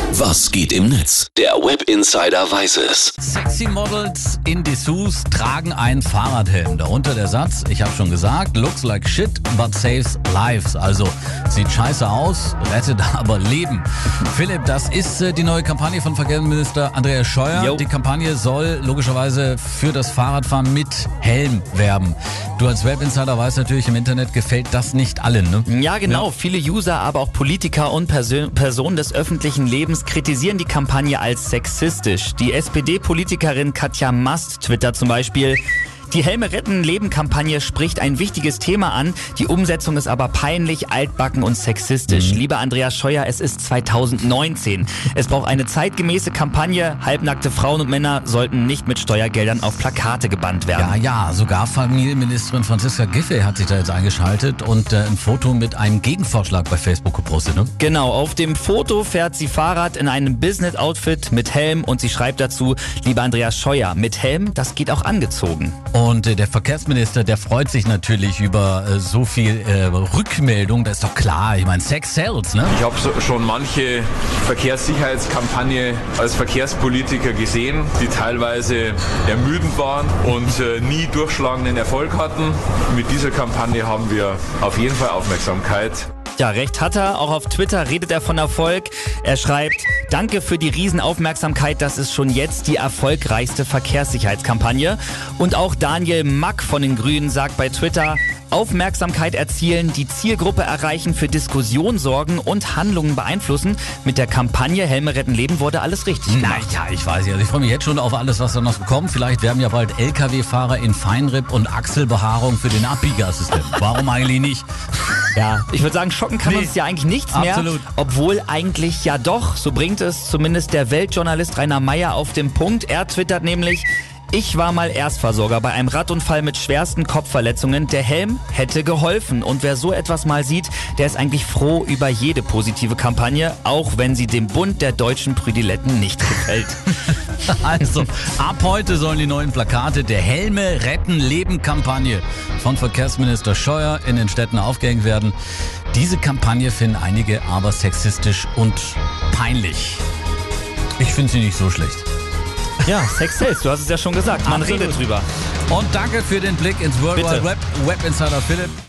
Was geht im Netz? Der Web Insider weiß es. Sexy Models in Dessous tragen einen Fahrradhelm. Darunter der Satz, ich habe schon gesagt, looks like shit, but saves lives. Also, sieht scheiße aus, rettet aber Leben. Philipp, das ist die neue Kampagne von Verkehrsminister Andreas Scheuer. Jo. Die Kampagne soll logischerweise für das Fahrradfahren mit Helm werben. Du als Web Insider weißt natürlich, im Internet gefällt das nicht allen, ne? Ja, genau. Viele User, aber auch Politiker und Personen des öffentlichen Lebens kritisieren die Kampagne als sexistisch. Die SPD-Politikerin Katja Mast twittert zum Beispiel: Die Helme retten Leben-Kampagne spricht ein wichtiges Thema an. Die Umsetzung ist aber peinlich, altbacken und sexistisch. Lieber Andreas Scheuer, es ist 2019. Es braucht eine zeitgemäße Kampagne. Halbnackte Frauen und Männer sollten nicht mit Steuergeldern auf Plakate gebannt werden. Ja, sogar Familienministerin Franziska Giffey hat sich da jetzt eingeschaltet und ein Foto mit einem Gegenvorschlag bei Facebook gepostet, ne? Genau, auf dem Foto fährt sie Fahrrad in einem Business-Outfit mit Helm und sie schreibt dazu: Lieber Andreas Scheuer, mit Helm, das geht auch angezogen. Und der Verkehrsminister, der freut sich natürlich über so viel Rückmeldung. Das ist doch klar. Ich meine, Sex sells, ne? Ich habe schon manche Verkehrssicherheitskampagne als Verkehrspolitiker gesehen, die teilweise ermüdend waren und nie durchschlagenden Erfolg hatten. Mit dieser Kampagne haben wir auf jeden Fall Aufmerksamkeit. Ja, recht hat er. Auch auf Twitter redet er von Erfolg. Er schreibt: Danke für die Riesenaufmerksamkeit. Das ist schon jetzt die erfolgreichste Verkehrssicherheitskampagne. Und auch Daniel Mack von den Grünen sagt bei Twitter: Aufmerksamkeit erzielen, die Zielgruppe erreichen, für Diskussion sorgen und Handlungen beeinflussen. Mit der Kampagne Helme retten Leben wurde alles richtig gemacht. Ja, ich weiß ja. Also ich freue mich jetzt schon auf alles, was da noch kommt. Vielleicht werden ja bald LKW-Fahrer in Feinripp und Achselbehaarung für den Abbiegeassistenten. Warum eigentlich nicht? Ja, ich würde sagen, schocken kann uns ja eigentlich nichts absolut mehr. Obwohl eigentlich ja doch, so bringt es zumindest der Weltjournalist Rainer Meyer auf den Punkt. Er twittert nämlich: Ich war mal Erstversorger bei einem Radunfall mit schwersten Kopfverletzungen. Der Helm hätte geholfen. Und wer so etwas mal sieht, der ist eigentlich froh über jede positive Kampagne, auch wenn sie dem Bund der deutschen Prüdiletten nicht gefällt. Also, ab heute sollen die neuen Plakate der Helme retten Leben-Kampagne von Verkehrsminister Scheuer in den Städten aufgehängt werden. Diese Kampagne finden einige aber sexistisch und peinlich. Ich finde sie nicht so schlecht. Ja, Sex sells, du hast es ja schon gesagt. Man Absolut. redet drüber. Und danke für den Blick ins World Bitte. Wide Web. Web Insider Philipp.